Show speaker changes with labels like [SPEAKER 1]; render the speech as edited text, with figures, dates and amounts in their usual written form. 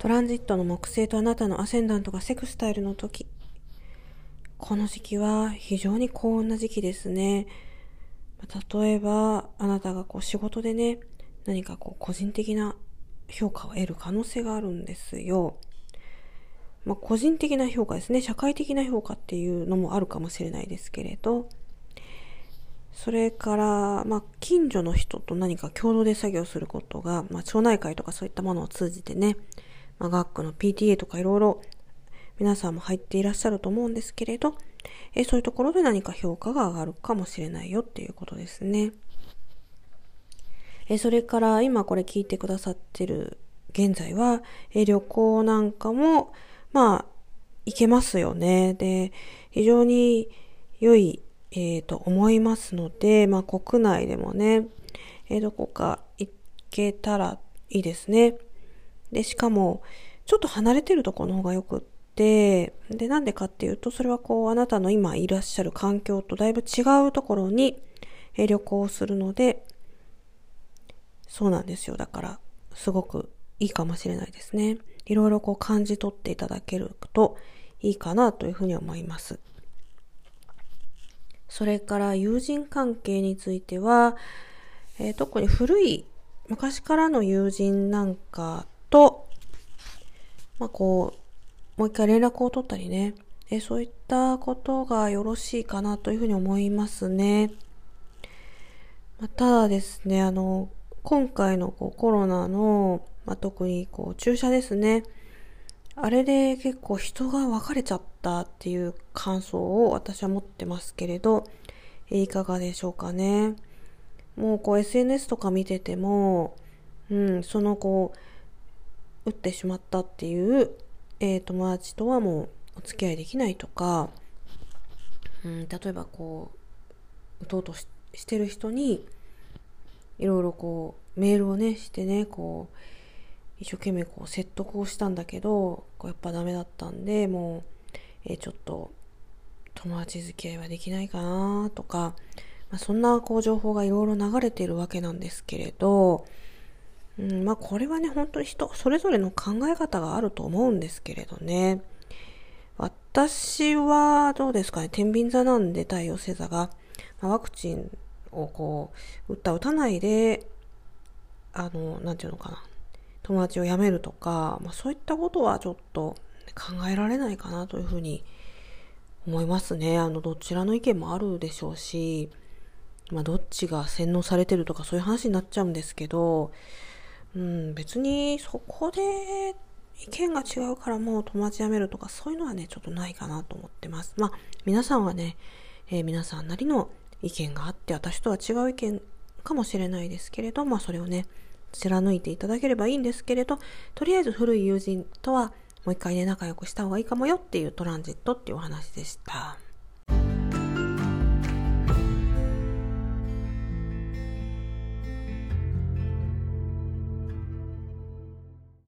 [SPEAKER 1] トランジットの木星とあなたのアセンダントがセクスタイルの時、この時期は非常に幸運な時期ですね。例えばあなたが仕事でね、何か個人的な評価を得る可能性があるんですよ。個人的な評価ですね。社会的な評価っていうのもあるかもしれないですけれど、それから近所の人と何か共同で作業することが、町内会とかそういったものを通じてね、学区の PTA とかいろいろ皆さんも入っていらっしゃると思うんですけれど、そういうところで何か評価が上がるかもしれないよっていうことですね。それから今これ聞いてくださってる現在は、旅行なんかも行けますよね。で、非常に良い、と思いますので、国内でもね、どこか行けたらいいですね。で、しかもちょっと離れてるところの方がよくって、で、なんでかっていうと、それはあなたの今いらっしゃる環境とだいぶ違うところに旅行をするので、そうなんですよ。だからすごくいいかもしれないですね。いろいろ感じ取っていただけるといいかなというふうに思います。それから友人関係については、特に古い昔からの友人なんかと、もう一回連絡を取ったりね、そういったことがよろしいかなというふうに思いますね。ただですね、今回のコロナの、特に注射ですね。あれで結構人が分かれちゃったっていう感想を私は持ってますけれど、いかがでしょうかね。もうSNS とか見てても、その打ってしまったっていう、友達とはもうお付き合いできないとか、例えば打とうとしてる人にいろいろメールをねしてね、一生懸命説得をしたんだけど、やっぱダメだったんで、もう、ちょっと友達付き合いはできないかなとか、そんな情報がいろいろ流れているわけなんですけれど、これはね、本当に人それぞれの考え方があると思うんですけれどね。私はどうですかね、天秤座なんで太陽星座が、ワクチンを打った打たないで、なんていうのかな、友達を辞めるとか、そういったことはちょっと考えられないかなというふうに思いますね。どちらの意見もあるでしょうし、どっちが洗脳されてるとかそういう話になっちゃうんですけど、別にそこで意見が違うからもう友達辞めるとかそういうのはね、ちょっとないかなと思ってます。皆さんはね、皆さんなりの意見があって、私とは違う意見かもしれないですけれど、それをね、貫いていただければいいんですけれど、とりあえず古い友人とはもう一回ね、仲良くした方がいいかもよっていうトランジットっていうお話でした。